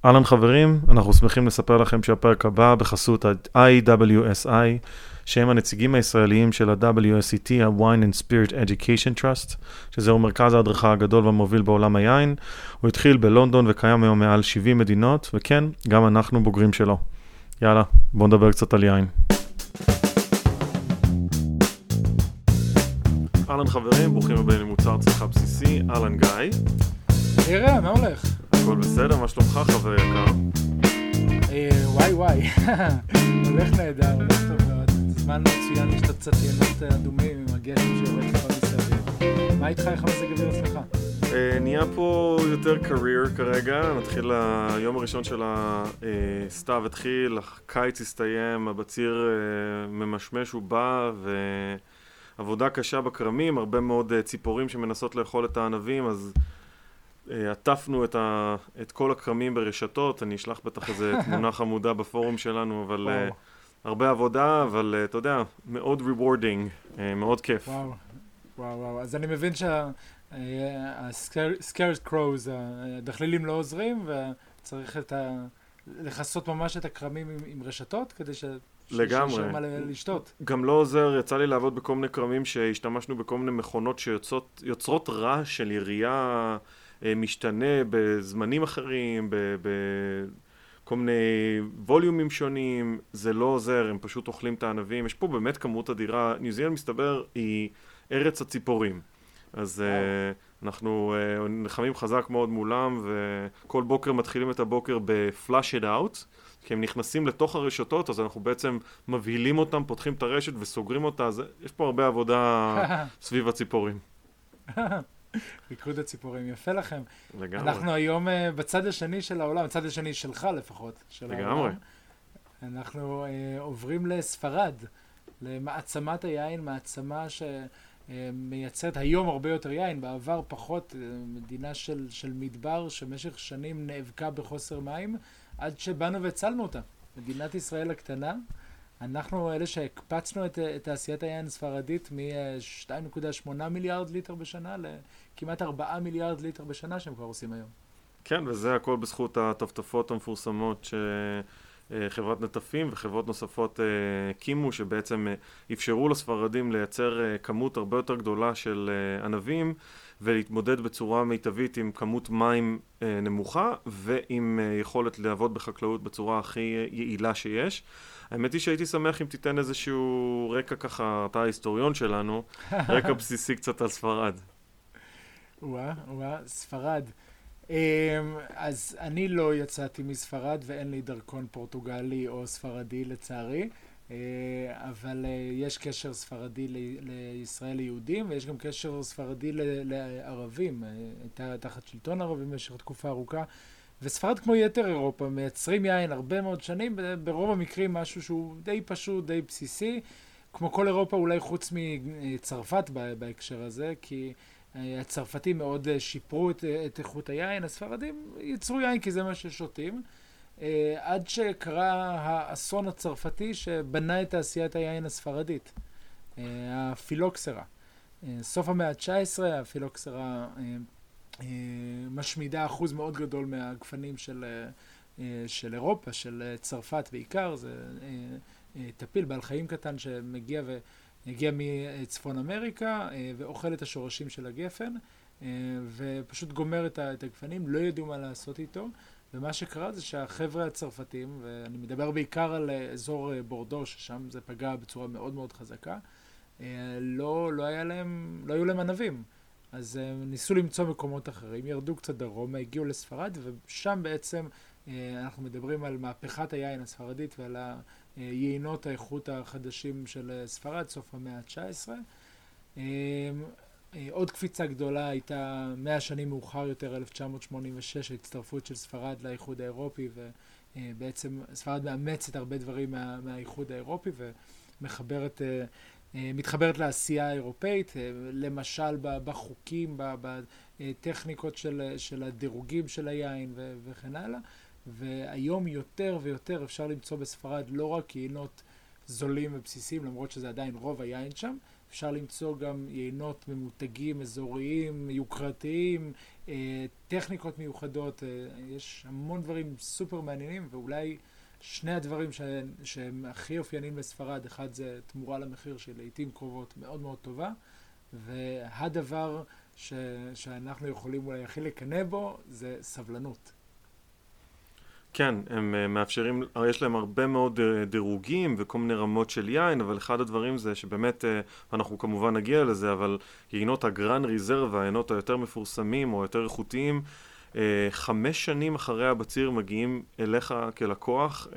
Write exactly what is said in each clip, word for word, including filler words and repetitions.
אהלן חברים, אנחנו שמחים לספר לכם שהפרק הבא בחסות ה-איי דאבליו אס איי, שהם הנציגים הישראליים של ה-דאבליו אס אי טי, ה-Wine and Spirit Education Trust, שזהו מרכז ההדרכה הגדול והמוביל בעולם היין. הוא התחיל בלונדון וקיים היום מעל שבעים מדינות, וכן, גם אנחנו בוגרים שלו. יאללה, בואו נדבר קצת על יין. אהלן חברים, ברוכים הבאים למוצר צריכה בסיסי, אהלן גיא. תראה, מה הולך? הכל בסדר, מה שלומך חבר יקר? וואי וואי, הולך נהדר, הולך טוב מאוד. זמן מצוין לשתות קצת ינות אדומים עם הגשם שיורד לכל מסביב. מה איתך, איך המזג אוויר אצלך? נהיה פה יותר קרייר כרגע, נתחיל היום הראשון של הסתיו התחיל, הקיץ הסתיים, הבציר ממשמש ובא ועבודה קשה בקרמים, הרבה מאוד ציפורים שמנסות לאכול את הענבים, אז עטפנו את, ה, את כל הקרמים ברשתות, אני אשלח בטח איזה תמונה חמודה בפורום שלנו, אבל uh, הרבה עבודה, אבל uh, אתה יודע, מאוד rewarding, uh, מאוד כיף. וואו, וואו, וואו. אז אני מבין שה-scared crows, הדחלילים לא עוזרים, וצריך את ה... לחסות ממש את הקרמים עם, עם רשתות, כדי ש... לגמרי. שישאר מה לשתות. גם לא עוזר, יצא לי לעבוד בכל מיני קרמים שהשתמשנו בכל מיני מכונות שיוצרות רעש של ירייה משתנה בזמנים אחרים, בכל מיני ווליומים שונים, זה לא עוזר, הם פשוט אוכלים את הענבים. יש פה באמת כמות אדירה, ניו זילנד מסתבר היא ארץ הציפורים. אז uh, אנחנו uh, נחמים חזק מאוד מולם, וכל בוקר מתחילים את הבוקר ב-flush it out, כי הם נכנסים לתוך הרשתות, אז אנחנו בעצם מבהילים אותם, פותחים את הרשת וסוגרים אותה, אז יש פה הרבה עבודה סביב הציפורים. ריקוד הציפורים, יפה לכם. לגמרי. אנחנו היום uh, בצד השני של העולם, בצד השני שלך לפחות, של לגמרי. העולם. אנחנו uh, עוברים לספרד, למעצמת היין, מעצמה שמייצרת היום הרבה יותר יין, בעבר פחות, מדינה של, של מדבר שבמשך שנים נאבקה בחוסר מים, עד שבאנו והצלנו אותה. מדינת ישראל הקטנה, אנחנו אלה שהקפצנו את, את תעשיית היין הספרדית מ-שתיים נקודה שמונה מיליארד ליטר בשנה לכמעט ארבעה מיליארד ליטר בשנה שהם כבר עושים היום. כן, וזה הכל בזכות הטפטפות המפורסמות שחברת נטפים וחברות נוספות הקימו, שבעצם אפשרו לספרדים לייצר כמות הרבה יותר גדולה של ענבים, ולהתמודד בצורה מיטבית עם כמות מים נמוכה, ועם יכולת לעבוד בחקלאות בצורה הכי יעילה שיש. האמת היא שהייתי שמח אם תיתן איזשהו רקע ככה, אתה ההיסטוריון שלנו, רקע בסיסי קצת על ספרד. וואה, וואה, ספרד. אז אני לא יצאתי מספרד ואין לי דרכון פורטוגלי או ספרדי לצערי, אבל יש קשר ספרדי לישראל ליהודים, ויש גם קשר ספרדי לערבים. הייתה תחת שלטון ערבי במשך תקופה ארוכה, וספרד כמו יתר אירופה מייצרים יין הרבה מאוד שנים, ברוב המקרים משהו שהוא די פשוט, די בסיסי, כמו כל אירופה אולי חוץ מצרפת בהקשר הזה, כי הצרפתים מאוד שיפרו את, את איכות היין, הספרדים ייצרו יין כי זה מה ששותים, עד שקרה האסון הצרפתי שבנה את תעשיית היין הספרדית, הפילוקסרה. סוף המאה ה-תשע עשרה, הפילוקסרה משמידה אחוז מאוד גדול מהגפנים של, של אירופה, של צרפת בעיקר. זה טפיל, בעל חיים קטן שמגיע והגיע מצפון אמריקה ואוכל את השורשים של הגפן ופשוט גומר את הגפנים, לא ידעו מה לעשות איתו. ומה שקרה זה שהחבר'ה הצרפתים, ואני מדבר בעיקר על אזור בורדו, ששם זה פגע בצורה מאוד מאוד חזקה, לא, לא היה להם, לא היו להם ענבים. אז הם ניסו למצוא מקומות אחרים, ירדו קצת דרומה, הגיעו לספרד, ושם בעצם אנחנו מדברים על מהפכת היין הספרדית ועל היינות האיכות החדשים של ספרד, סוף המאה ה-תשע עשרה. עוד קפיצה גדולה הייתה מאה שנים מאוחר יותר, אלף תשע מאות שמונים ושש, ההצטרפות של ספרד לאיחוד האירופי, ובעצם ספרד מאמצת הרבה דברים מה, מהאיחוד האירופי, ומחברת, מתחברת לעשייה האירופאית, למשל בחוקים, בטכניקות של, של הדירוגים של היין וכן הלאה, והיום יותר ויותר אפשר למצוא בספרד לא רק יינות זולים ובסיסיים, למרות שזה עדיין רוב היין שם, אפשר למצוא גם יינות ממותגים, אזוריים, יוקרתיים, טכניקות מיוחדות, יש המון דברים סופר מעניינים, ואולי שני הדברים ש... שהם הכי אופייניים לספרד, אחד זה תמורה למחיר שלעיתים קרובות מאוד מאוד טובה, והדבר ש... שאנחנו יכולים אולי הכי לקנא בו זה סבלנות. כן, הם מאפשרים, יש להם הרבה מאוד דירוגים וכל מיני רמות של יין, אבל אחד הדברים זה שבאמת, אנחנו כמובן נגיע לזה, אבל יינות הגרן ריזרבה, היינות היותר מפורסמים או יותר איכותיים, חמש שנים אחרי הבציר מגיעים אליך כלקוח,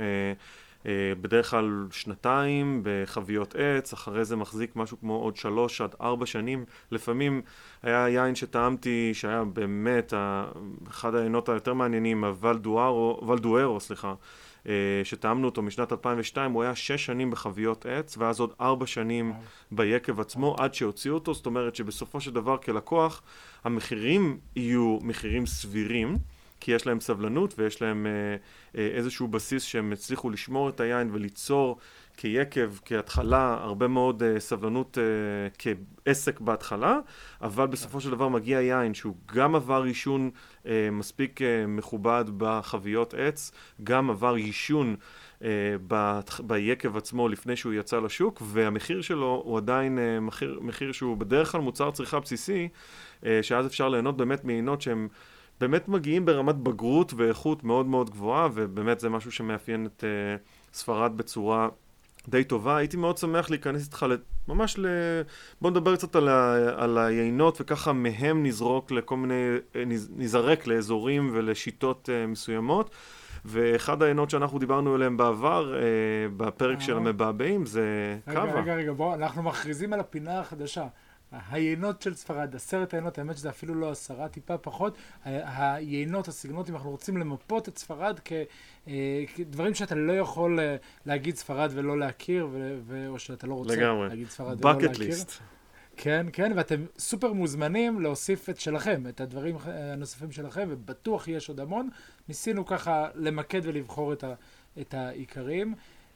בדרך כלל שנתיים בחביות עץ, אחרי זה מחזיק משהו כמו עוד שלוש עד ארבע שנים. לפעמים היה יין שטעמתי שהיה באמת אחד העיינות היותר מעניינים, הוולדוארו, וולדוארו, סליחה, שטעמנו אותו משנת אלפיים ושתיים, הוא היה שש שנים בחביות עץ, ואז עוד ארבע שנים ביקב עצמו, עד שהוציאו אותו. זאת אומרת שבסופו של דבר כלקוח, המחירים יהיו מחירים סבירים, כי יש להם סבלנות ויש להם אה, אה, איזשהו בסיס שהם הצליחו לשמור את היין וליצור כיקב, כהתחלה, הרבה מאוד אה, סבלנות אה, כעסק בהתחלה, אבל בסופו של דבר מגיע יין שהוא גם עבר עישון אה, מספיק אה, מכובד בחביות עץ, גם עבר עישון אה, ב, ביקב עצמו לפני שהוא יצא לשוק, והמחיר שלו הוא עדיין אה, מחיר, מחיר שהוא בדרך כלל מוצר צריכה בסיסי, אה, שאז אפשר ליהנות באמת מעיינות שהם באמת מגיעים ברמת בגרות ואיכות מאוד מאוד גבוהה, ובאמת זה משהו שמאפיין את uh, ספרד בצורה די טובה. הייתי מאוד שמח להיכנס איתך ממש ל... בוא נדבר קצת על, ה... על היינות, וככה מהם נזרוק לכל מיני, נזרק לאזורים ולשיטות uh, מסוימות. ואחד היינות שאנחנו דיברנו עליהם בעבר, uh, בפרק של המבעבעים, זה קאבה. רגע, רגע, רגע, בוא, אנחנו מכריזים על הפינה החדשה. היינות של ספרד, עשרת היינות, האמת שזה אפילו לא עשרה, טיפה פחות, היינות, הסגנונות, אם אנחנו רוצים למפות את ספרד כדברים שאתה לא יכול להגיד ספרד ולא להכיר, או שאתה לא רוצה לגמרי. להגיד ספרד ולא להכיר. Bucket list. כן, כן, ואתם סופר מוזמנים להוסיף את שלכם, את הדברים הנוספים שלכם, ובטוח יש עוד המון. ניסינו ככה למקד ולבחור את, ה, את העיקרים.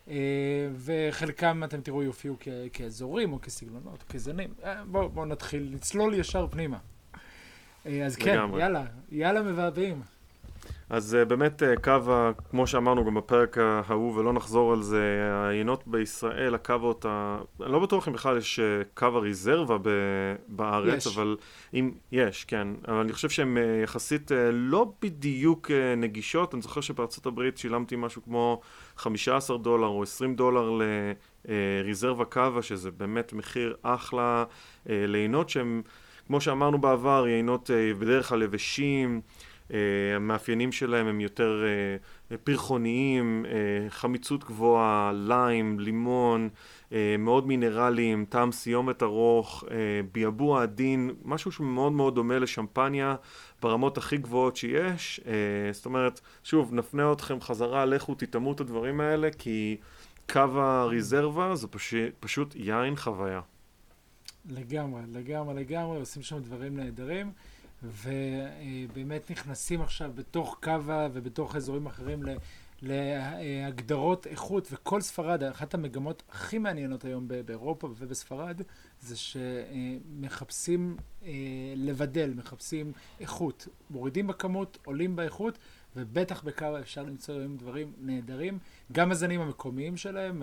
וחלקם אתם תראו יופיעו כאזורים או כסגנונות או כזנים. בואו בוא נתחיל, נצלול ישר פנימה. אז כן, לגמרי. יאללה, יאללה מבעבעים. אז באמת קאבה, כמו שאמרנו גם בפרק ההוא, ולא נחזור על זה, היינות בישראל, הקאבות, אני לא בטוח אם בכלל יש קאבה ריזרבה בארץ, יש. אבל אם יש, כן, אבל אני חושב שהן יחסית לא בדיוק נגישות. אני זוכר שבארצות הברית שילמתי משהו כמו חמישה עשר דולר או עשרים דולר לריזרבה קאבה, שזה באמת מחיר אחלה ליינות שהם, כמו שאמרנו בעבר, יינות בדרך כלל יבשים, Uh, המאפיינים שלהם הם יותר uh, פרחוניים, uh, חמיצות גבוהה, ליים, לימון, uh, מאוד מינרליים, טעם סיומת ארוך, uh, ביאבוע עדין, משהו שמאוד מאוד דומה לשמפניה ברמות הכי גבוהות שיש. uh, זאת אומרת, שוב, נפנה אתכם חזרה, לכו תטעמו את הדברים האלה, כי קאבה ריזרבה זה פש... פשוט יין חוויה. לגמרי, לגמרי, לגמרי, עושים שם דברים נהדרים. ובאמת נכנסים עכשיו בתוך קאבה ובתוך אזורים אחרים להגדרות איכות, וכל ספרד, אחת המגמות הכי מעניינות היום באירופה ובספרד, זה שמחפשים לבדל, מחפשים איכות, מורידים בכמות, עולים באיכות, ובטח בקאבה אפשר למצוא היום דברים נהדרים, גם הזנים המקומיים שלהם,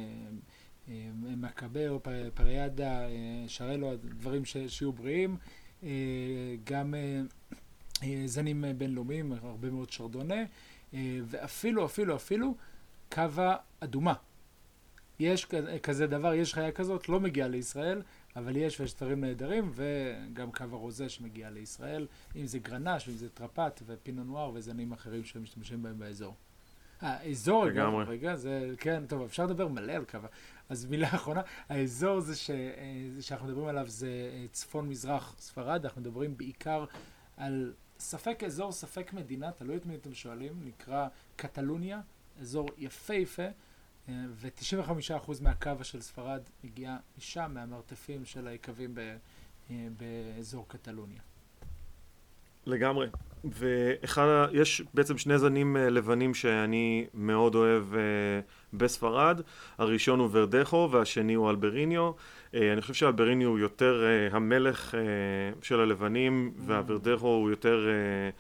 מקבה או פריאדה, שרלו, דברים שיהיו בריאים, גם זנים בינלאומיים, הרבה מאוד שרדונה, ואפילו, אפילו, אפילו, קאבה אדומה. יש כזה דבר, יש חיה כזאת, לא מגיעה לישראל, אבל יש ויש דברים נהדרים, וגם קאבה רוזה שמגיעה לישראל, אם זה גרנש, אם זה טרפט ופינו נואר וזנים אחרים שמשתמשים בהם באזור. האזור, רגע, רגע, זה, כן, טוב, אפשר לדבר מלא על קאבה. אז מילה אחרונה, האזור זה ש, שאנחנו מדברים עליו זה צפון מזרח ספרד, אנחנו מדברים בעיקר על ספק אזור, ספק מדינה, תלוי את מי אתם שואלים, נקרא קטלוניה, אזור יפה יפה, ו-תשעים וחמישה אחוז מהקאבה של ספרד מגיעה משם, מהמרתפים של היקבים באזור קטלוניה. לגמרי. ואחד, יש בעצם שני זנים לבנים שאני מאוד אוהב בספרד. הראשון הוא ורדכו והשני הוא אלבריניו. אני חושב שאלבריניו הוא יותר המלך של הלבנים, והוורדכו הוא יותר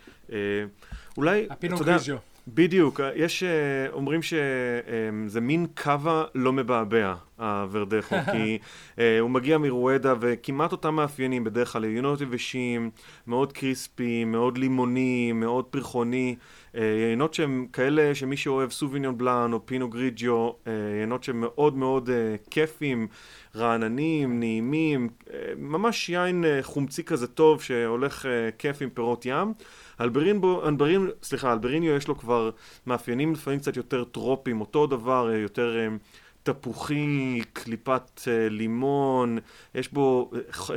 אולי... הפינו גריז'יו. בדיוק, יש, אומרים שזה מין קווה לא מבעבע, הוורדכו, כי הוא מגיע מרואדה וכמעט אותם מאפיינים, בדרך כלל יינות יבשים, מאוד קריספי, מאוד לימוני, מאוד פרחוני, יינות שהם כאלה שמי שאוהב סוביניון בלאן או פינו גריג'יו, יינות שהם מאוד מאוד כיפים, רעננים, נעימים, ממש יין חומצי כזה טוב שהולך כיף עם פירות ים. אלברין בו, אלברין, סליחה, אלבריניו יש לו כבר מאפיינים לפעמים קצת יותר טרופים, אותו דבר, יותר תפוחי, קליפת לימון, יש בו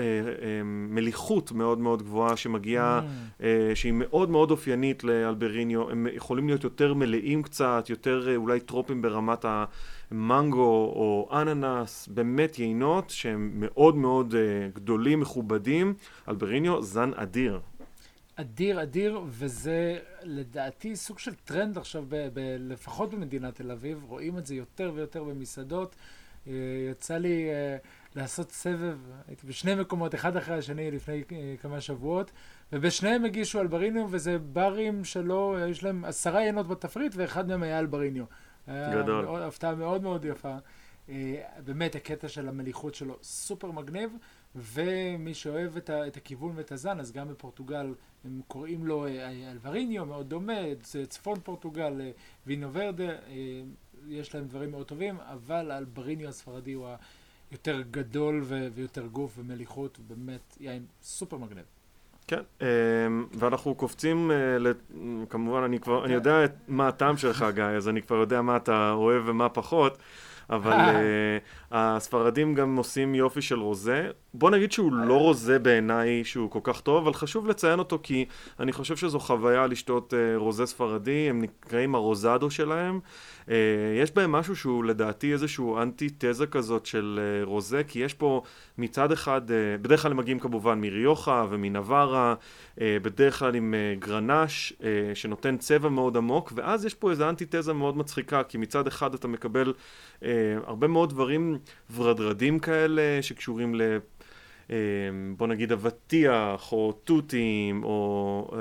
מליחות מאוד מאוד גבוהה שמגיעה, mm. שהיא מאוד מאוד אופיינית לאלבריניו, הם יכולים להיות יותר מלאים קצת, יותר אולי טרופים ברמת המנגו או אננס, באמת יינות שהם מאוד מאוד גדולים, מכובדים, אלבריניו זן אדיר. אדיר, אדיר, וזה לדעתי סוג של טרנד עכשיו, ב- ב- לפחות במדינת תל אביב, רואים את זה יותר ויותר במסעדות. יצא לי לעשות סבב, הייתי בשני מקומות, אחד אחרי השני לפני כמה שבועות, ובשניהם הגישו אלבריניו, וזה ברים שלו, יש להם עשרה יינות בתפריט, ואחד מהם היה אלבריניו. גדול. מאוד, הפתעה מאוד מאוד יפה. באמת, הקטע של המליחות שלו סופר מגניב, ומי שאוהב את, ה, את הכיוון ואת הזן, אז גם בפורטוגל הם קוראים לו אלבריניו, מאוד דומה, צפון פורטוגל, וינו ורדה, יש להם דברים מאוד טובים, אבל אלבריניו הספרדי הוא היותר גדול ו, ויותר גוף ומליחות, באמת יין סופר מגניב. כן, ואנחנו קופצים, כמובן אני כבר, אני יודע מה הטעם שלך גיא, אז אני כבר יודע מה אתה אוהב ומה פחות, אבל uh, הספרדים גם עושים יופי של רוזה. בוא נגיד שהוא לא רוזה בעיניי שהוא כל כך טוב, אבל חשוב לציין אותו כי אני חושב שזו חוויה לשתות uh, רוזה ספרדי, הם נקראים הרוזדו שלהם. Uh, יש בהם משהו שהוא לדעתי איזשהו אנטי-תזה כזאת של uh, רוזה, כי יש פה מצד אחד, uh, בדרך כלל הם מגיעים כמובן מריוחה ומנברה, uh, בדרך כלל עם uh, גרנש uh, שנותן צבע מאוד עמוק, ואז יש פה איזו אנטי-תזה מאוד מצחיקה, כי מצד אחד אתה מקבל uh, הרבה מאוד דברים ורדרדים כאלה שקשורים ל... בוא נגיד אבטיח או טוטים או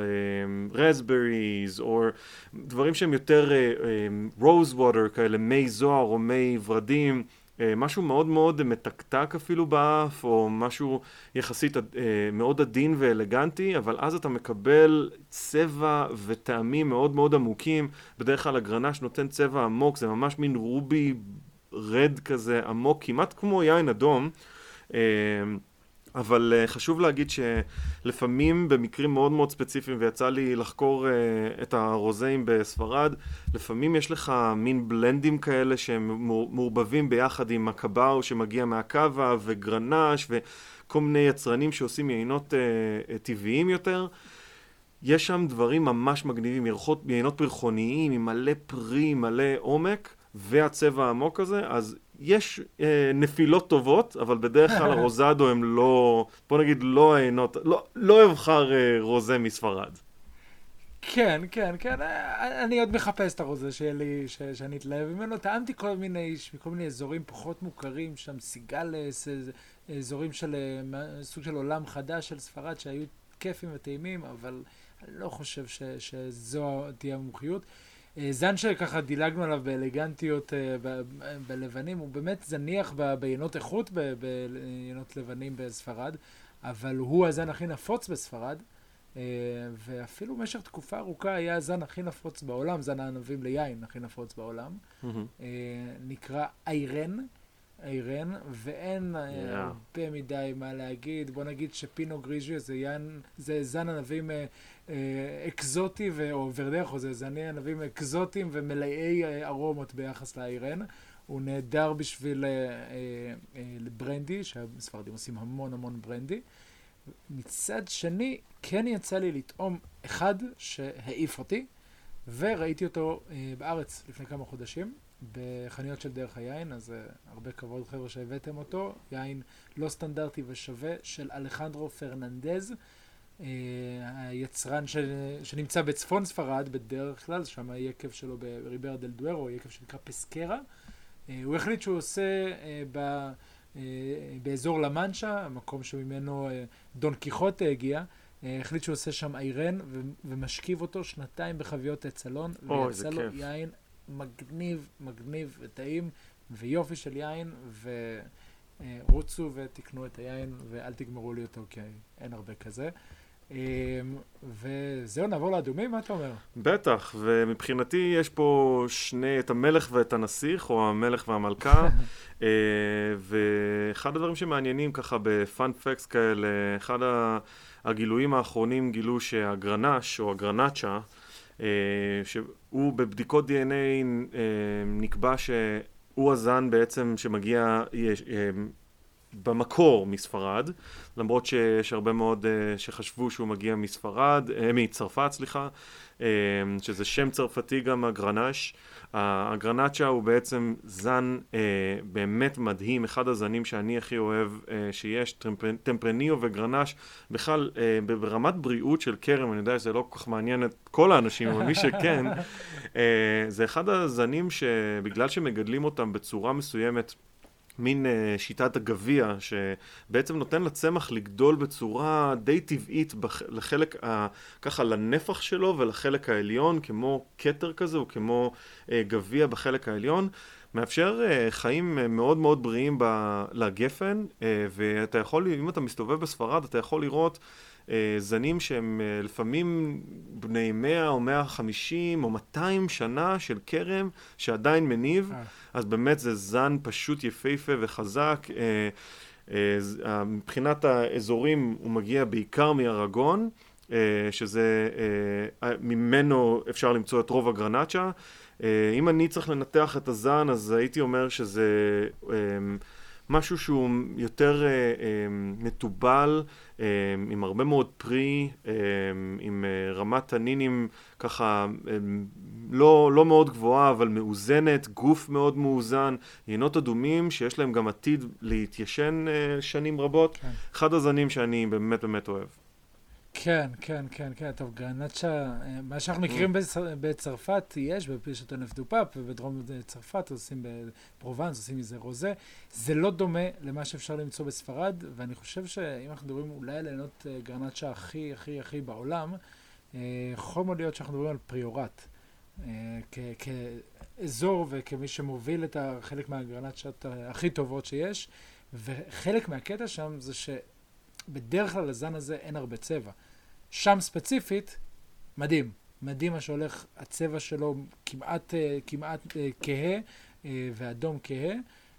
רסבריז או דברים שהם יותר רוז ווטר כאלה, מי זוהר או מי ורדים, משהו מאוד מאוד מתקתק אפילו באף או משהו יחסית מאוד עדין ואלגנטי, אבל אז אתה מקבל צבע וטעמים מאוד מאוד עמוקים. בדרך כלל הגרנש נותן צבע עמוק, זה ממש מין רובי רד כזה עמוק, כמעט כמו יין אדום. אבל uh, חשוב להגיד שלפעמים במקרים מאוד מאוד ספציפיים, ויצא לי לחקור uh, את הרוזאים בספרד, לפעמים יש לך מין בלנדים כאלה שהם מעורבבים ביחד עם הקבאו שמגיע מהקווה וגרנש וכל מיני יצרנים שעושים יינות uh, טבעיים יותר. יש שם דברים ממש מגניבים, ירחות, יינות פרחוניים עם מלא פרי, מלא עומק והצבע העמוק הזה, אז יש אה, נפילות טובות, אבל בדרך כלל הרוזדו הם לא, בוא נגיד לא העינות, לא, לא אבחר אה, רוזה מספרד. כן, כן, כן, אני עוד מחפש את הרוזה שלי, ש, שאני אתלהב ממנו. טעמתי כל מיני, כל מיני אזורים פחות מוכרים, שם סיגלס, אזורים של סוג של עולם חדש של ספרד שהיו כיפים וטעימים, אבל אני לא חושב ש, שזו תהיה המומחיות. זן שככה דילגנו עליו באלגנטיות ב- בלבנים, הוא באמת זניח ב- בעיינות איכות ב- בעיינות לבנים בספרד, אבל הוא הזן הכי נפוץ בספרד, ואפילו במשך תקופה ארוכה היה הזן הכי נפוץ בעולם, זן הענבים ליין הכי נפוץ בעולם, mm-hmm. נקרא איירן, איירן, ואין yeah. הרבה מדי מה להגיד. בוא נגיד שפינו גריז'יו זה, יין, זה זן ענבים אקזוטי, או ורדכו זה זני ענבים אקזוטיים ומלאי ארומות ביחס לאיירן. הוא נהדר בשביל ברנדי, שהספרדים עושים המון המון ברנדי. מצד שני, כן יצא לי לטעום אחד שהעיף אותי, וראיתי אותו בארץ לפני כמה חודשים, בחנויות של דרך היין, אז הרבה כבוד חבר'ה שהבאתם אותו, יין לא סטנדרטי ושווה של אלחנדרו פרננדז, היצרן ש... שנמצא בצפון ספרד בדרך כלל, שם היקב שלו בריברה דל דוארו, יקב שנקרא פסקרה. הוא החליט שהוא עושה ב... באזור למנשה, המקום שממנו דון קיחוטה הגיע, החליט שהוא עושה שם איירן ו... ומשכיב אותו שנתיים בחביות אצלון, ויצא לו יין מגניב, מגניב וטעים, ויופי של יין, ורוצו ותקנו את היין, ואל תגמרו לי אותו, כי אין הרבה כזה. וזהו, נעבור לאדומים, מה אתה אומר? בטח, ומבחינתי יש פה שני, את המלך ואת הנסיך, או המלך והמלכה, ואחד הדברים שמעניינים ככה בפאנ פקס כאלה, אחד הגילויים האחרונים גילו שהגרנש, או הגרנצ'ה, שהוא בבדיקות די אן איי נקבע שהוא הזן בעצם שמגיע במקור מספרד, למרות שיש הרבה מאוד שחשבו שהוא מגיע מספרד, מצרפת, סליחה, שזה שם צרפתי גם הגרנש. הגרנצ'ה הוא בעצם זן באמת מדהים, אחד הזנים שאני הכי אוהב שיש, טמפרניו וגרנש, בכלל ברמת בריאות של קרם, אני יודע שזה לא כל כך מעניין את כל האנשים, אבל מי שכן, זה אחד הזנים שבגלל שמגדלים אותם בצורה מסוימת, מין uh, שיטת הגביע, שבעצם נותן לצמח לגדול בצורה די טבעית בח... לחלק, uh, ככה לנפח שלו ולחלק העליון, כמו קטר כזה, או כמו uh, גביע בחלק העליון, מאפשר uh, חיים uh, מאוד מאוד בריאים ב... לגפן, uh, ואתה יכול, אם אתה מסתובב בספרד, אתה יכול לראות uh, זנים שהם uh, לפעמים בני מאה או מאה וחמישים או מאתיים שנה של קרם, שעדיין מניב, אז באמת זה זן פשוט יפהפה וחזק. אה, אה, מבחינת האזורים הוא מגיע בעיקר מארגון, אה, שזה אה, ממנו אפשר למצוא את רוב הגרנצ'ה. אה, אם אני צריך לנתח את הזן, אז הייתי אומר שזה אה, משהו שהוא יותר אה, אה, מטובל, אה, עם הרבה מאוד פרי, אה, עם אה, רמת תנינים ככה אה, לא, לא מאוד גבוהה, אבל מאוזנת, גוף מאוד מאוזן, יינות אדומים שיש להם גם עתיד להתיישן אה, שנים רבות. כן. אחד הזנים שאני באמת באמת אוהב. כן, כן, כן, כן. טוב, גרנצ'ה, מה שאנחנו מכירים בצרפת יש, בפלישת הנפט דופאפ, ובדרום צרפת עושים בפרובנס, עושים מזה רוזה. זה לא דומה למה שאפשר למצוא בספרד, ואני חושב שאם אנחנו מדברים אולי על ליהנות גרנצ'ה הכי, הכי, הכי בעולם, יכול מאוד להיות שאנחנו מדברים על פריורט. כאזור וכמי שמוביל את חלק מהגרנצ'ות הכי טובות שיש, וחלק מהקטע שם זה ש... בדרך כלל לזן הזה אין הרבה צבע. שם ספציפית, מדהים. מדהים מה שהולך, הצבע שלו כמעט, כמעט כהה, ואדום כהה,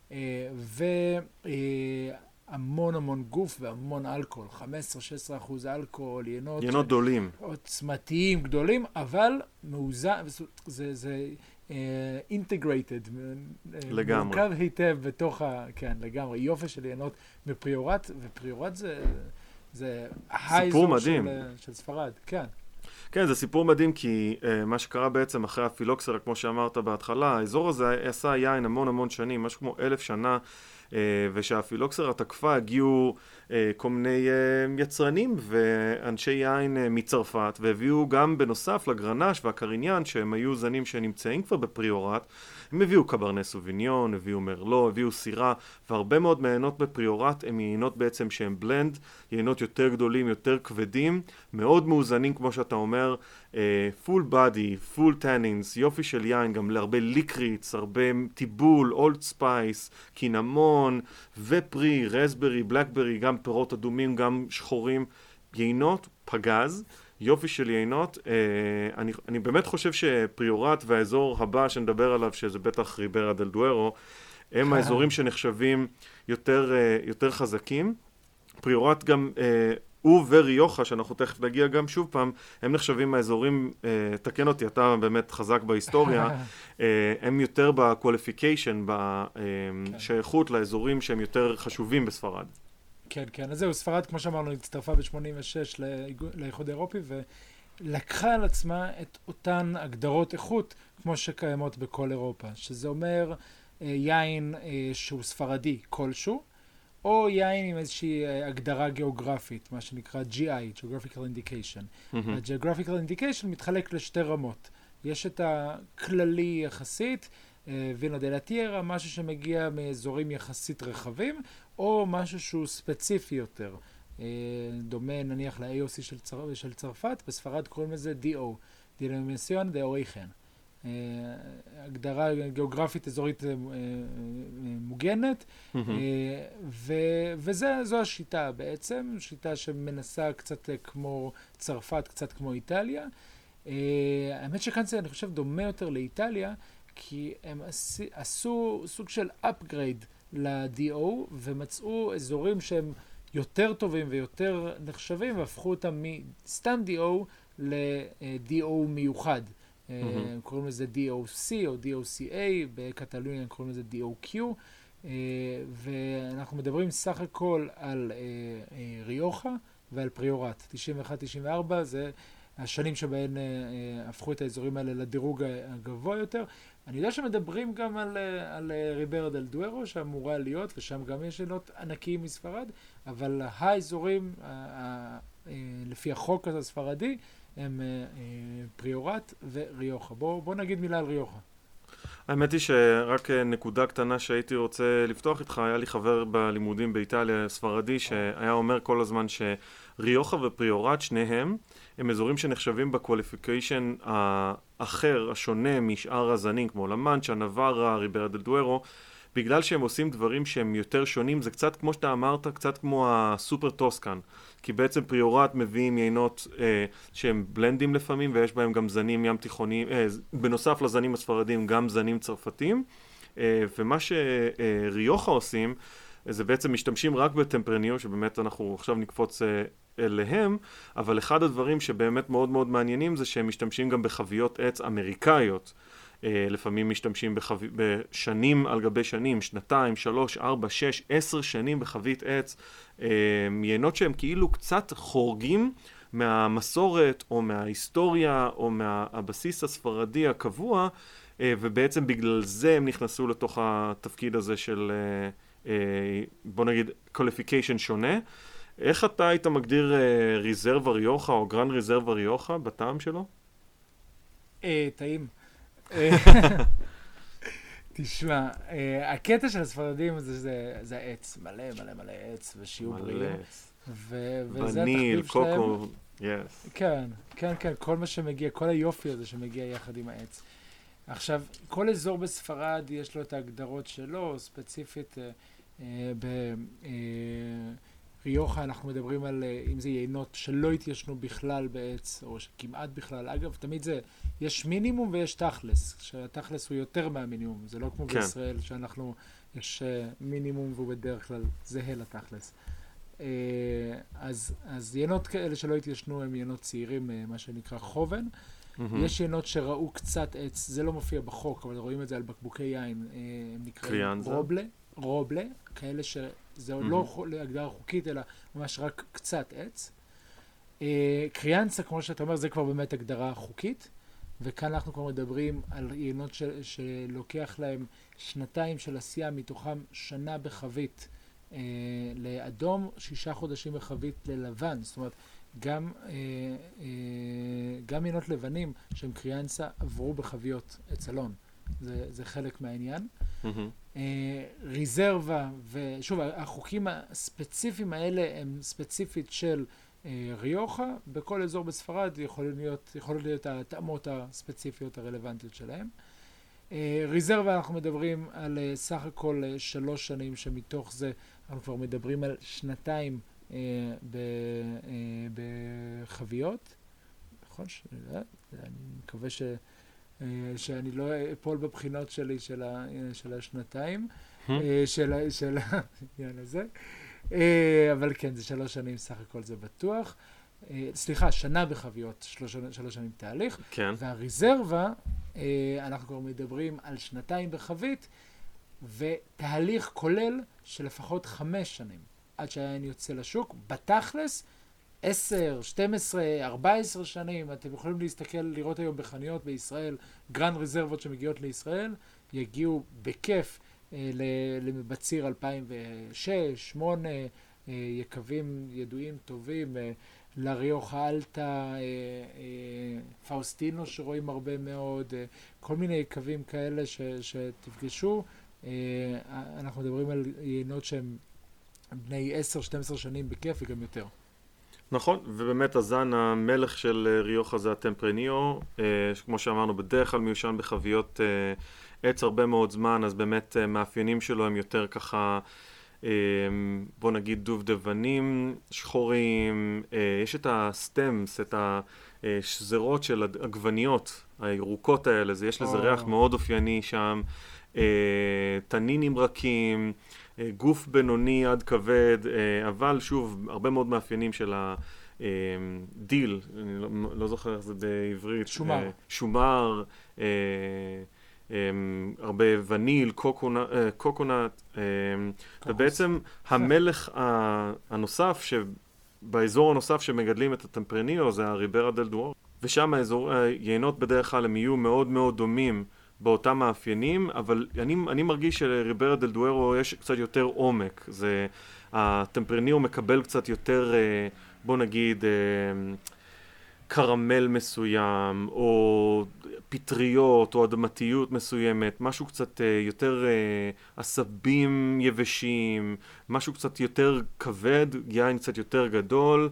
והמון המון גוף והמון אלכוהול. חמש עשרה שש עשרה אחוז אלכוהול, יינות... יינות גדולים. עוצמתיים גדולים, אבל מאוזן, זה... זה אינטגרייטד, לגמרי. מורכב היטב בתוך ה... כן, לגמרי. יופי של יינות מפריורט, ופריורט זה... זה האזור של, של ספרד, כן. כן, זה סיפור מדהים, כי uh, מה שקרה בעצם אחרי הפילוקסרה, כמו שאמרת בהתחלה, האזור הזה עשה יין המון המון שנים, משהו כמו אלף שנה, uh, ושהפילוקסרה תקפה, הגיעו uh, כל מיני uh, יצרנים ואנשי יין uh, מצרפת, והביאו גם בנוסף לגרנש והקריניאן, שהם היו זנים שנמצאים כבר בפריורט, הם הביאו קברנה סוביניון, הביאו מרלו, הביאו סירה, והרבה מאוד מהיינות בפריורט הם יינות בעצם שהם בלנד, יינות יותר גדולים, יותר כבדים, מאוד מאוזנים כמו שאתה אומר, פול בדי, פול טנינס, יופי של יין, גם להרבה ליקריץ, הרבה טיבול, אולד ספייס, קינמון ופרי, רסברי, בלקברי, גם פירות אדומים, גם שחורים, יינות, פגז. יופי של יינות. אה, אני, אני באמת חושב שפריורט והאזור הבא שנדבר עליו, שזה בטח ריברה דל דוארו, הם האזורים שנחשבים יותר, אה, יותר חזקים. פריורט גם, אה, הוא וריוחה, שאנחנו תכף נגיע גם שוב פעם, הם נחשבים מהאזורים, אה, תקן אותי, אתה באמת חזק בהיסטוריה, אה, הם יותר בקואליפיקיישן, בשייכות לאזורים שהם יותר חשובים בספרד. כן, כן. אז זהו, ספרד, כמו שאמרנו, הצטרפה ב-שמונים ושש לאיחוד האירופי, ולקחה על עצמה את אותן הגדרות איכות, כמו שקיימות בכל אירופה, שזה אומר יין שהוא ספרדי כלשהו, או יין עם איזושהי הגדרה גיאוגרפית, מה שנקרא ג'י איי, Geographical Indication. Mm-hmm. ה-Geographical Indication מתחלק לשתי רמות. יש את הכללי יחסית, וינה דה לה טיירה, משהו שמגיע מאזורים יחסית רחבים, או משהו שהוא ספציפי יותר. דומה נניח ל-איי או סי של, צר... של צרפת, בספרד קוראים לזה די או, Denominación de Origen. הגדרה גיאוגרפית אזורית מוגנת, Mm-hmm. ו- וזו השיטה בעצם, שיטה שמנסה קצת כמו צרפת, קצת כמו איטליה. האמת שכאן זה אני חושב דומה יותר לאיטליה, כי הם עשו סוג של upgrade ל-די או ומצאו אזורים שהם יותר טובים ויותר נחשבים והפכו אותם מסתם די או ל-די או מיוחד. Mm-hmm. קוראים לזה די או סי או די או סי איי, בקטלוניה קוראים לזה די או קיו, ואנחנו מדברים סך הכל על ריוחה ועל פריורט. תשעים ואחת תשעים וארבע זה השנים שבהן הפכו את האזורים האלה לדירוג הגבוה יותר. אני יודע שמדברים גם על, על ריברה דל דוארו שאמורה להיות, ושם גם יש עינות ענקיים מספרד, אבל האזורים, לפי החוק הזה הספרדי, הם פריורט וריוחה. בוא, בוא נגיד מילה על ריוחה. האמת היא שרק נקודה קטנה שהייתי רוצה לפתוח איתך, היה לי חבר בלימודים באיטליה ספרדי שהיה אומר כל הזמן שריוחה ופריורט שניהם הם אזורים שנחשבים בקואליפיקיישן האחר, השונה משאר הזנים, כמו למנצ'ה, נווארה, ריברה דל דוארו, בגלל שהם עושים דברים שהם יותר שונים. זה קצת כמו שאתה אמרת, קצת כמו הסופר טוסקן, כי בעצם פריורט מביאים יינות אה, שהם בלנדים לפעמים, ויש בהם גם זנים ים תיכוניים, אה, בנוסף לזנים הספרדים גם זנים צרפתיים, אה, ומה שריוחה עושים, זה בעצם משתמשים רק בטמפרניו, שבאמת אנחנו עכשיו נקפוץ אה, אליהם, אבל אחד הדברים שבאמת מאוד מאוד מעניינים זה שהם משתמשים גם בחביות עץ אמריקאיות. Uh, לפעמים משתמשים בחב... בשנים על גבי שנים, שנתיים, שלוש, ארבע, שש, עשר שנים בחבית עץ, uh, יינות שהם כאילו קצת חורגים מהמסורת או מההיסטוריה או מהבסיס הספרדי הקבוע, uh, ובעצם בגלל זה הם נכנסו לתוך התפקיד הזה של, uh, uh, בוא נגיד, qualification שונה. איך אתה היית מגדיר uh, ריזרבה ריוחה או גרנד ריזרבה ריוחה בטעם שלו? אה, טעים. תשמע, הקטע של הספרדים זה העץ, מלא מלא מלא עץ ושיהיו בריאים. וזה התחביב שלהם. כן, כן, כן, כל מה שמגיע, כל היופי הזה שמגיע יחד עם העץ. עכשיו, כל אזור בספרד יש לו את ההגדרות שלו, ספציפית בריוחה אנחנו מדברים על אם זה יינות שלא התיישנו בכלל בעץ, או כמעט בכלל. אגב, תמיד זה, יש מינימום ויש תכלס, שהתכלס הוא יותר מהמינימום, זה לא כמו כן. בישראל שאנחנו, יש מינימום והוא בדרך כלל זהה לתכלס. אז, אז יינות כאלה שלא התיישנו הם יינות צעירים, מה שנקרא חובן. Mm-hmm. יש יינות שראו קצת עץ, זה לא מופיע בחוק, אבל רואים את זה על בקבוקי יין, הם נקראים רובלה, רובלה, כאלה שזה mm-hmm. לא הגדרה חוקית, אלא ממש רק קצת עץ. קריאנסה, כמו שאתה אומר, זה כבר באמת הגדרה חוקית, וכאן אנחנו כבר מדברים על יינות ש- שלוקח להם שנתיים של עשייה, מתוכם שנה בחבית אה, לאדום, שישה חודשים בחבית ללבן. זאת אומרת, גם, אה, אה, גם יינות לבנים שהם קריאנסה עברו בחביות אצלון. זה, זה חלק מהעניין. Mm-hmm. אה, ריזרבה, ושוב, החוקים הספציפיים האלה הם ספציפית של ריוחה, בכל אזור בספרד יכולים להיות, יכולים להיות התאמות הספציפיות הרלוונטיות שלהם. ריזרבה אנחנו מדברים על סך הכל שלוש שנים, שמתוך זה אנחנו כבר מדברים על שנתיים בחביות. נכון? אני מקווה ש, שאני לא אפול בבחינות שלי של, ה, של השנתיים, של, של העניין הזה. אבל כן, זה שלוש שנים סך הכל זה בטוח. סליחה, שנה בחביות, שלוש, שלוש שנים תהליך. כן. והריזרבה, אנחנו כבר מדברים על שנתיים בחבית, ותהליך כולל של לפחות חמש שנים, עד שהיין יוצא לשוק. בתכלס, עשר, שתים עשרה, ארבע עשרה שנים, אתם יכולים להסתכל, לראות היום בחנויות בישראל, גרנד ריזרבות שמגיעות לישראל, יגיעו בכיף בציר אלפיים ושש, אלפיים ושמונה, יקבים ידועים טובים, לריוחה אלטה, פאוסטינו שרואים הרבה מאוד, כל מיני יקבים כאלה ש, שתפגשו. אנחנו מדברים על יינות שהם בני עשר שתים עשרה שנים בכיף וגם יותר. נכון, ובאמת הזן המלך של ריוחה זה הטמפרניו, כמו שאמרנו בדרך כלל מיושן בחביות עץ הרבה מאוד זמן, אז באמת מאפיינים שלו הם יותר ככה, בוא נגיד דובדבנים, שחורים, יש את הסטמס, את השזרות של העגבניות הירוקות האלה, זה יש לזה ריח מאוד אופייני שם, תנינים רכים, גוף בינוני עד כבד, אבל שוב, הרבה מאוד מאפיינים של הדיל, אני לא, לא זוכר איך זה בעברית. שומר. שומר, הרבה וניל, קוקונט, קוקונט, ובעצם המלך הנוסף, באזור הנוסף שמגדלים את הטמפרניו, זה הריברה דל דוארו, ושם היינות בדרך כלל הם יהיו מאוד מאוד דומים, באותם מאפיינים, אבל אני, אני מרגיש שלריברה דל דוארו יש קצת יותר עומק. זה, הטמפרניו מקבל קצת יותר, בוא נגיד, קרמל מסוים, או פטריות, או אדמתיות מסוימת, משהו קצת יותר עשבים יבשים, משהו קצת יותר כבד, יין קצת יותר גדול,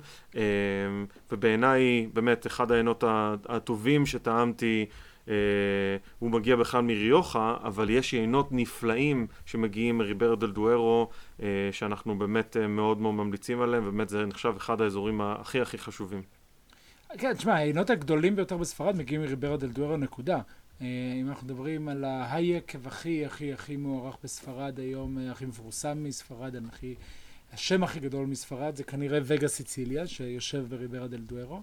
ובעיניי באמת אחד העיינות הטובים שטעמתי, Uh, הוא מגיע בכלל מריוחה, אבל יש יינות נפלאים שמגיעים מריברה דל דוארו, uh, שאנחנו באמת uh, מאוד מאוד ממליצים עליהם, ובאמת זה נחשב אחד האזורים הכי הכי חשובים. כן, תשמע, היינות הגדולים ביותר בספרד מגיעים מריברה דל דוארו, נקודה. Uh, אם אנחנו מדברים על היקב הכי הכי הכי מוערך בספרד היום, הכי מפורסם מספרד, הכי, השם הכי גדול מספרד, זה כנראה וגה סיציליה, שיושב בריברה דל דוארו.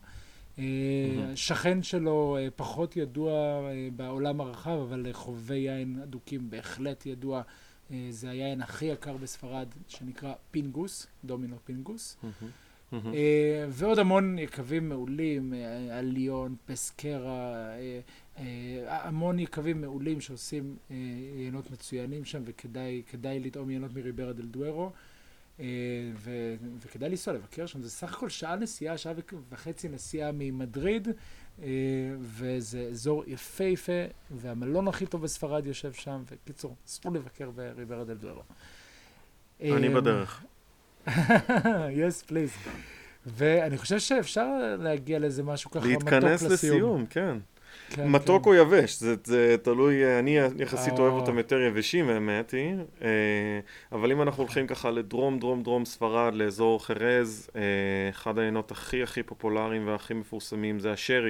שכן שלו פחות ידוע בעולם הרחב, אבל חובבי יין אדוקים בהחלט ידוע. זה היין הכי יקר בספרד, שנקרא פינגוס, דומינו פינגוס. ועוד המון יקבים מעולים, אליון, פסקרה, המון יקבים מעולים שעושים יינות מצוינים שם, וכדאי לטעום יינות מריברה דל דוארו. ו- וכדאי לנסוע לבקר שם, זה סך הכל שעה נסיעה, שעה וחצי נסיעה ממדריד, וזה אזור יפה יפה, והמלון הכי טוב בספרד יושב שם, וקיצור, אסור לבקר בריברה דל דוארו. אני בדרך. yes, please. ואני חושב שאפשר להגיע לאיזה משהו ככה מתוק לסיום. להתכנס לסיום, כן. מתוק או יבש, זה, זה תלוי, אני יחסית אוהב אותם יותר יבשים, האמת היא, אבל אם אנחנו הולכים ככה לדרום, דרום, דרום ספרד, לאזור חרז, אחד העיינות הכי הכי פופולריים והכי מפורסמים זה השרי,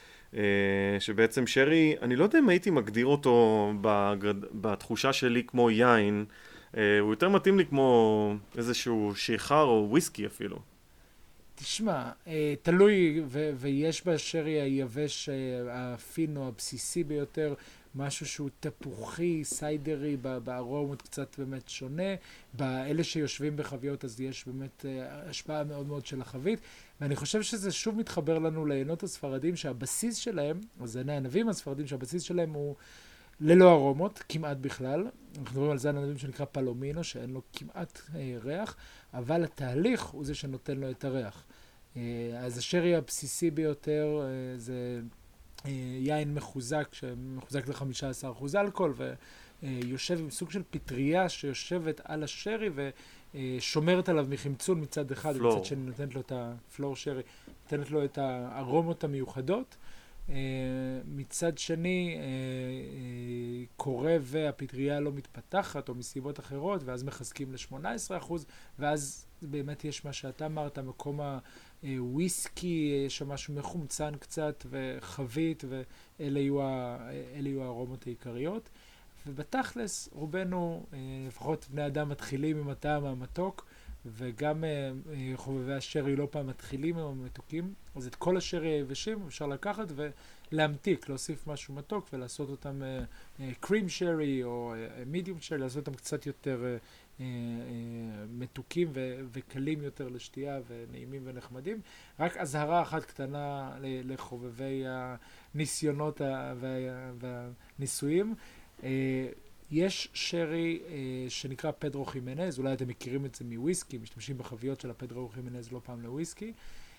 שבעצם שרי, אני לא יודע אם הייתי מגדיר אותו בתחושה שלי כמו יין, הוא יותר מתאים לי כמו איזשהו שיכר או וויסקי אפילו. תשמע, תלוי, ו- ויש בשרי היבש הפינו, הבסיסי ביותר, משהו שהוא תפוחי, סיידרי, בארומות קצת באמת שונה. באלה שיושבים בחביות אז יש באמת השפעה מאוד מאוד של החבית, ואני חושב שזה שוב מתחבר לנו לעיינות הספרדים שהבסיס שלהם, זני הענבים הספרדים שהבסיס שלהם הוא ללא ארומות, כמעט בכלל. אנחנו מדברים על זן הענבים שנקרא פלומינו, שאין לו כמעט אה, ריח, אבל התהליך הוא זה שנותן לו את הריח. אה, אז השרי הבסיסי ביותר אה, זה אה, יין מחוזק, שמחוזק ל-חמישה עשר אחוז אלכוהול, ויושב עם סוג של פטריה שיושבת על השרי ושומרת עליו מחמצון מצד אחד, פלור. ומצד שני נותנת לו את הפלור שרי, נותנת לו את הארומות המיוחדות. Uh, מצד שני, uh, uh, קורה והפטריה לא מתפתחת או מסיבות אחרות, ואז מחזקים ל-שמונה עשרה אחוז, ואז באמת יש מה שאתה אמרת, מקום הוויסקי, יש שם משהו מחומצן קצת וחבית, ואלה יהיו, יהיו הארומות העיקריות. ובתכלס, רובנו, uh, לפחות בני אדם מתחילים עם הטעם המתוק, וגם uh, חובבי השרי לא פעם מתחילים עם המתוקים, אז את כל השרי היבשים אפשר לקחת ולהמתיק, להוסיף משהו מתוק ולעשות אותם קרים שרי או מידיום שרי, לעשות אותם קצת יותר uh, uh, מתוקים ו- וקלים יותר לשתייה ונעימים ונחמדים. רק הזהרה אחת קטנה לחובבי הניסיונות וה- והניסויים, uh, יש שרי אה, שנקרא פדרו חימנז, אולי אתם מכירים את זה מוויסקי, משתמשים בחביות של הפדרו חימנז לא פעם לוויסקי.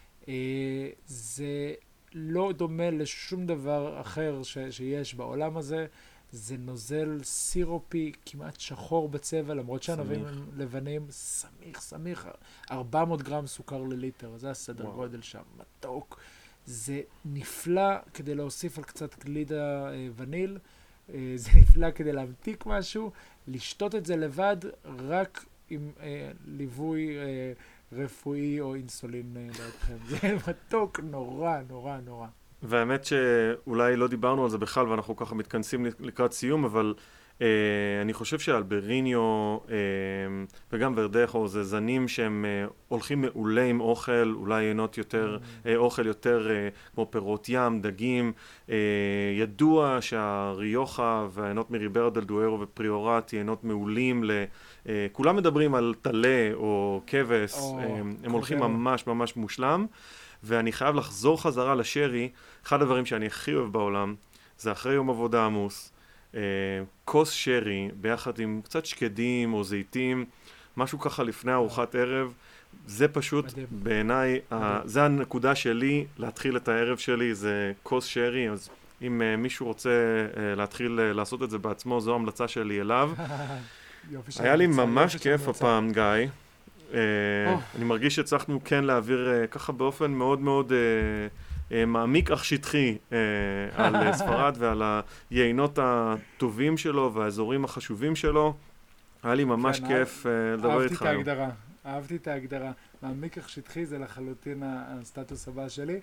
אה, זה לא דומה לשום דבר אחר ש, שיש בעולם הזה. זה נוזל סירופי כמעט שחור בצבע, למרות שהענבים הם לבנים, סמיך, סמיך, ארבע מאות גרם סוכר לליטר, זה הסדר וואו. גודל שם, מתוק. זה נפלא כדי להוסיף על קצת גלידה אה, וניל, אה, זה נפלא כדי להמתיק משהו, לשתות את זה לבד רק עם אה, ליווי אה, רפואי או אינסולין אה, לידכם. זה מתוק נורא, נורא, נורא. והאמת שאולי לא דיברנו על זה בכלל ואנחנו ככה מתכנסים לקראת סיום, אבל אה, אני חושב שאלבריניו אה, וגם ורדכו זה זנים שהם אה, הולכים מעולה עם אוכל, אולי עינות יותר, אה, אוכל יותר אה, כמו פירות ים, דגים. אה, ידוע שהריוחה והעינות מריברה דל דוארו ופריורט עינות מעולים ל... אה, כולם מדברים על טלה או כבש, או, אה, הם חבר. הולכים ממש ממש מושלם. ואני חייב לחזור חזרה לשרי, אחד הדברים שאני הכי אוהב בעולם, זה אחרי יום עבודה עמוס, אה, כוס שרי, ביחד עם קצת שקדים או זיתים, משהו ככה לפני ארוחת ערב, זה פשוט מדהים. בעיניי, ה- זה הנקודה שלי להתחיל את הערב שלי, זה כוס שרי, אז אם אה, מישהו רוצה אה, להתחיל אה, לעשות את זה בעצמו, זו המלצה שלי אליו. יופי של היה לי המלצה, ממש יופי של כיף המלצה. הפעם, גיא. Uh, Oh. אני מרגיש שהצלחנו כן להעביר uh, ככה באופן מאוד מאוד uh, uh, מעמיק אך שטחי uh, על uh, ספרד ועל היינות הטובים שלו והאזורים החשובים שלו. היה לי ממש כן, כיף uh, לדבר איתך היום. אהבתי את ההגדרה, אהבתי את ההגדרה. מעמיק אך שטחי זה לחלוטין הסטטוס הבא שלי,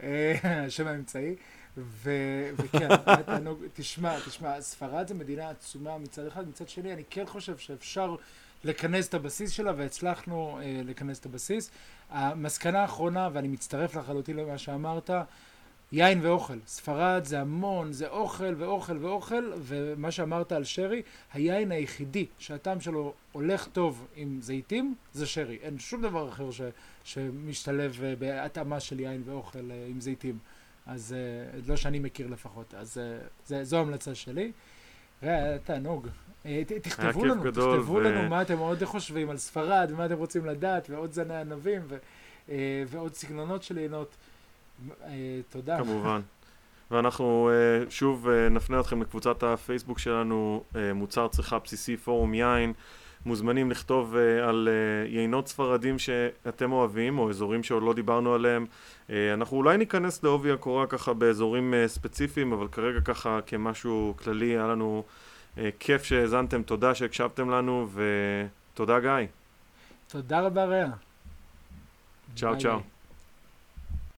השם האמצעי. ו- וכן, היה תענוג, תשמע, תשמע, ספרד זה מדינה עצומה מצד אחד, מצד שני אני כן חושב שאפשר לכנס את הבסיס שלה, והצלחנו אה, לכנס את הבסיס. המסקנה האחרונה, ואני מצטרף לחלוטין למה שאמרת, יין ואוכל. ספרד זה המון, זה אוכל ואוכל ואוכל, ומה שאמרת על שרי, היין היחידי שהטעם שלו הולך טוב עם זיתים, זה שרי. אין שום דבר אחר ש- שמשתלב אה, בהתאמה של יין ואוכל אה, עם זיתים. אז אה, לא שאני מכיר לפחות. אז אה, זה, זו המלצה שלי. ראה, תענוג. תכתבו לנו, תכתבו לנו מה אתם עוד חושבים על ספרד, ומה אתם רוצים לדעת, ועוד זני ענבים, ועוד סגנונות של עינות. תודה. כמובן. ואנחנו שוב נפנה אתכם לקבוצת הפייסבוק שלנו, מוצר צריכה בסיסי פורום יין. מוזמנים לכתוב על יינות ספרדים שאתם אוהבים, או אזורים שעוד לא דיברנו עליהם. אנחנו אולי ניכנס לעובי הקורה ככה באזורים ספציפיים, אבל כרגע ככה כמשהו כללי היה לנו כיף שהאזנתם, תודה שהקשבתם לנו, ותודה גיא. תודה רבה רע. צ'או צ'או.